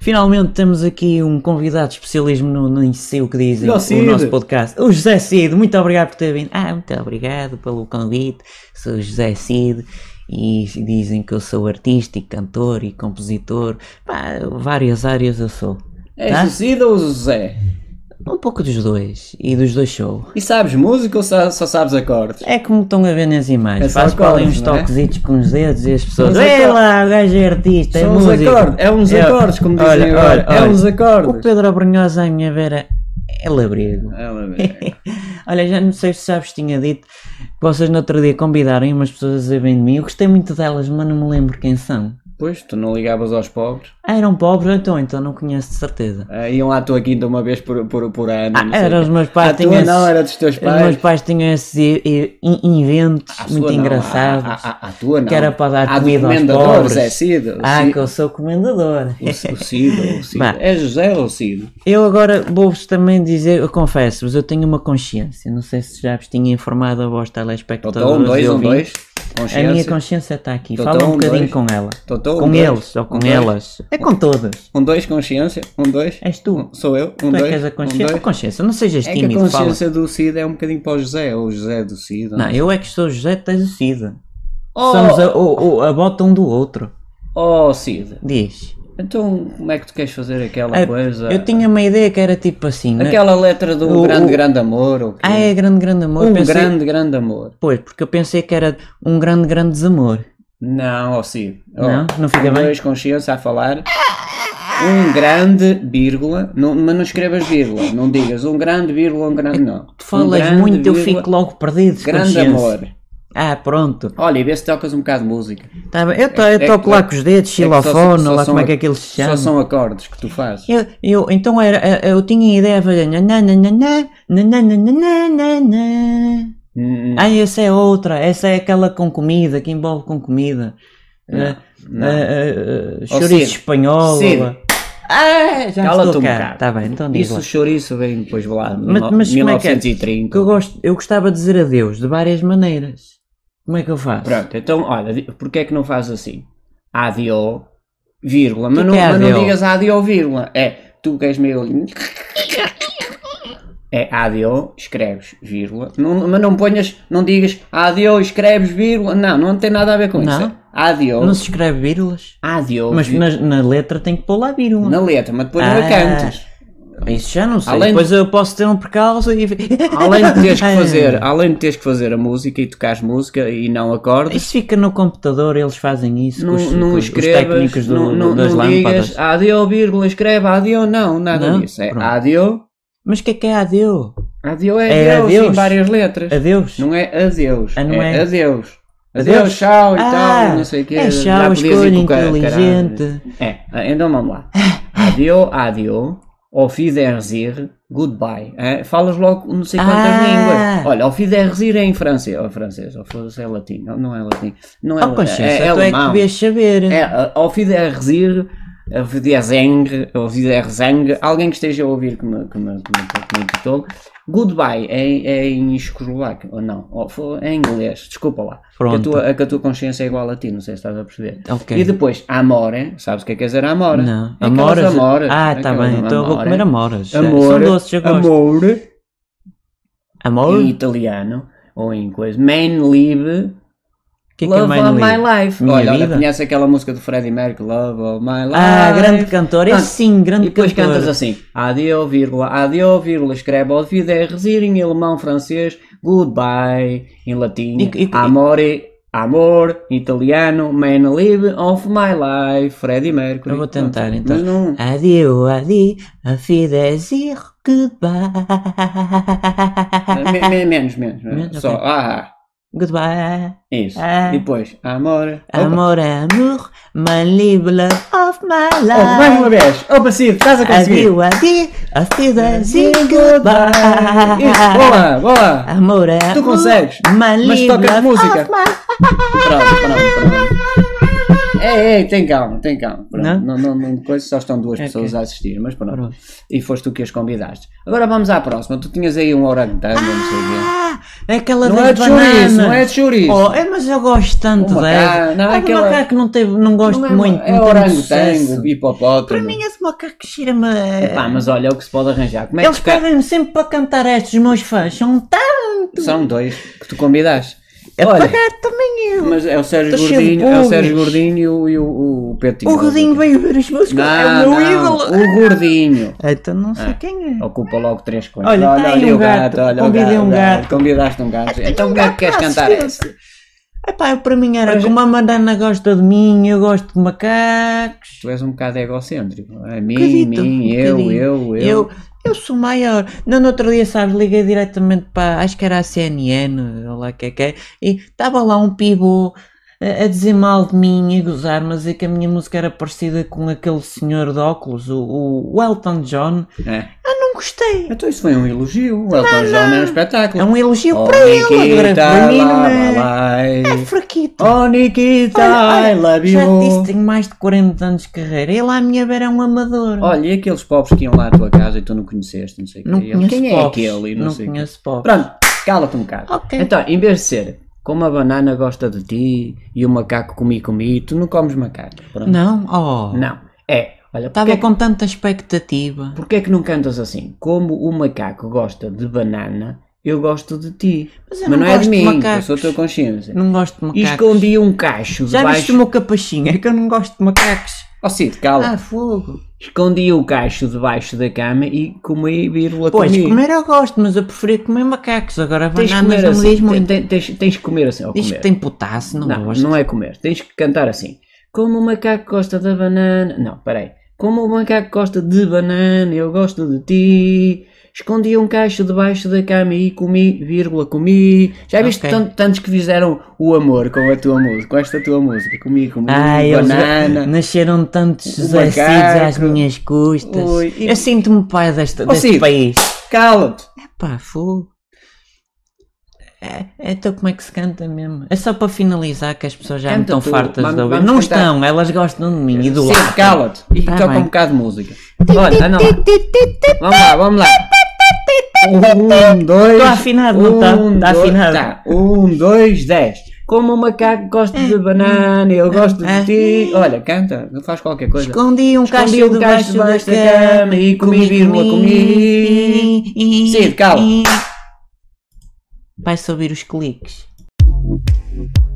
Finalmente temos aqui um convidado especialismo no nem sei o que dizem o nosso podcast. O José Cid, muito obrigado por ter vindo. Muito obrigado pelo convite. Sou o José Cid e dizem que eu sou artista e cantor e compositor. Várias áreas eu sou. És o Cid ou o José? Um pouco dos dois, e dos dois show. E sabes música ou só sabes acordes? É como estão a ver nas imagens, faz para ali uns toquezitos com os dedos e as pessoas, lá, o gajo é artista, é música. É uns acordes, como dizem agora, é uns acordes. O Pedro Abrunhosa, à minha vera, é labrego. Olha, já não sei se sabes, tinha dito que vocês no outro dia convidaram umas pessoas a dizer bem de mim, eu gostei muito delas, mas não me lembro quem são. Pois, tu não ligavas aos pobres? Eram pobres, então não conheço de certeza. Iam à tua quinta uma vez por ano. Eram os meus pais. Não, era dos teus pais. Os meus pais tinham esses inventos muito engraçados. A tua não. Que era para dar comida aos pobres. É Cid. Que eu sou comendador. O Cid. É José ou Cid? Eu agora vou-vos também dizer, eu confesso-vos, eu tenho uma consciência. Não sei se já vos tinha informado a vós telespectadores. Dois. A minha consciência está aqui. Fala um bocadinho com ela. Com eles ou com elas. É com todas. Dois, consciência. Dois. És tu. Sou eu. Tu dois. É que és a consciência. Consciência. Não sejas tímido. É que a consciência do Cid é um bocadinho para o José. Ou o José do Cid. Não, eu é que sou o José, tu és o Cid. Somos a bota um do outro. Cid. Diz. Então, como é que tu queres fazer aquela coisa? Eu tinha uma ideia que era tipo assim, aquela letra do grande amor. Ou é grande amor. Grande amor. Pois, porque eu pensei que era um grande desamor. Não, Cid. Não fica bem? Dois, consciência a falar. Um grande, vírgula, mas não escrevas vírgula, não digas um grande, vírgula, um grande, não. Tu falas muito, eu fico logo perdido. Grande amor. Pronto. Olha, e vê se tocas um bocado de música. Tá bem. Eu toco lá com os dedos, xilofone, lá como é que aquilo se chama. Só são acordes que tu fazes. Então eu tinha a ideia de fazer essa é outra, essa é aquela com comida, que envolve com comida. Chouriço espanhol. Já estou cá. Tá bem, então diz isso lá. O chouriço vem depois lá, mas 1930. Eu gostava de dizer adeus de várias maneiras. Como é que eu faço? Pronto, então olha, porque é que não fazes assim? Adio, vírgula, mas não digas adio, vírgula. Tu que és meio... adio, escreves, vírgula, mas não digas adio, escreves, vírgula, não tem nada a ver com isso. Adio. Não se escreve vírgulas? Adio. Mas na letra tem que pôr lá vírgula. Na letra, mas depois não a cantas. Isso já não sei, depois eu posso ter um percalço e... Além de teres que fazer a música e tocares música e não acordes... Isso fica no computador, eles fazem isso não escreves, os técnicos das lâmpadas. Digas adio, vírgula, escreve adio, nada disso. Adio... Mas o que é adio? Adio é adeus em várias letras. Adeus? Não é adeus, é adeus. Adeus, tchau e tal, não sei o quê. É tchau, escolha inteligente. Então vamos lá. Adio, auf Wiedersehen, goodbye. Falas logo não sei quantas línguas. Olha, auf Wiedersehen é em francês. Ou é latim. Não é latim. Não é latim. É alemão. É que devias saber. Auf Wiedersehen... alguém que esteja a ouvir que me titolo. Goodbye é em escrolaco, ou não, é em inglês, desculpa lá. Que a tua consciência é igual a ti, não sei se estás a perceber. Okay. E depois, amore, sabes o que é quer dizer amore? Não, amoras. Tá bem, então eu vou comer amoras. São doces, eu gosto. Amor? Em italiano, ou em coisa, man live... Love of My Life. Olha, conhece aquela música do Freddie Mercury, Love of My Life. Grande cantor, sim, grande cantor. E depois cantas assim, adio, vírgula, escreve ao Wiedersehen em alemão, francês, goodbye, em latim, amor, em italiano, man live of my life, Freddie Mercury. Eu vou tentar então. Adio, auf Wiedersehen, goodbye. Menos. Só, Goodbye. Isso. E depois, amor, my live love of my life. Mais uma vez. Cid, estás a conseguir. Adio, auf Wiedersehen, goodbye. Isso, boa. Amor, tu consegues. My mas live tocas love música. Of my... Pronto. tem calma. Não, coisa, só estão duas pessoas a assistir, mas pronto. E foste tu que as convidaste. Agora vamos à próxima. Tu tinhas aí um orangotango, não sei o quê. É aquela não é de chouriço, não é de chouriço. Mas eu gosto tanto dela. Não, é aquela... macaco não gosto muito. É orangotango, hipopótamo. Para mim esse macaco cheira-me... mas olha, é o que se pode arranjar. Como é eles pedem-me sempre para cantar estes, os meus fãs. São tantos. São 2 que tu convidaste. Olha, pagar também eu. Mas é o Sérgio Gordinho e o Petinho. O Gordinho veio ver os meus fãs. É o meu ídolo. O Gordinho. Então não sei quem é. Ocupa logo 3 coisas. Olha o gato. Convidei um gato. Convidaste um gato. Então como é que queres cantar esse? Para mim era como a Madonna gosta de mim, eu gosto de macacos. Tu és um bocado egocêntrico. Eu sou maior. No outro dia, sabes, liguei diretamente para, acho que era a CNN, ou lá que é, e estava lá um pivô a dizer mal de mim e a gozar, mas é que a minha música era parecida com aquele senhor de óculos, o Elton John. Eu não gostei. Então isso foi um elogio. O Elton John é um espetáculo. É um elogio para ele. Agora para mim não é fraquito. Oh Nikita, I love you. Já te disse, tenho mais de 40 anos de carreira. Ele à minha beira é um amador. Olha, e aqueles pobres que iam lá à tua casa e tu não conheceste, não sei o que. Quem é aquele? Não conheço pobres. Pronto, cala-te um bocado. Então, em vez de ser como a banana gosta de ti e o macaco comi, tu não comes macaco. Pronto. Não? Não. Olha, estava com tanta expectativa. Porquê é que não cantas assim? Como o macaco gosta de banana, eu gosto de ti. Mas não é de mim, eu sou a tua consciência. Não gosto de macacos. E escondi um cacho debaixo... Já viste o meu capachinho? É que eu não gosto de macacos. Cid, cala. Fogo. Escondi o cacho debaixo da cama e comi, Pois, comer eu gosto, mas eu preferia comer macacos. Agora bananas não me diz muito. Tens que comer assim, Diz que tem potássio, não gosto. Não é comer. Tens que cantar assim. Como o macaco gosta da banana... Não, peraí. Como o macaco gosta de banana, eu gosto de ti. Escondi um cacho debaixo da cama e comi. Já viste tantos que fizeram o amor com a tua música, com esta tua música? Comi, banana. Nasceram tantos José Cides às minhas custas. Eu sinto-me pai deste país. Cala-te. Fogo. Então como é que se canta mesmo? É só para finalizar que as pessoas já me estão fartas de ouvir. Não estão, elas gostam de mim e do lado. Sim, cala-te e toca um bocado de música. Olha, anda lá. Vamos lá. 1, 2... Estou afinado, não está? Está afinado. Tá. 1, 2, 10. Como o macaco gosta de banana, eu gosto de ti. Olha, canta, faz qualquer coisa. Escondi um cacho debaixo da cama e comi. Sim, cala. Vai-se ouvir os cliques.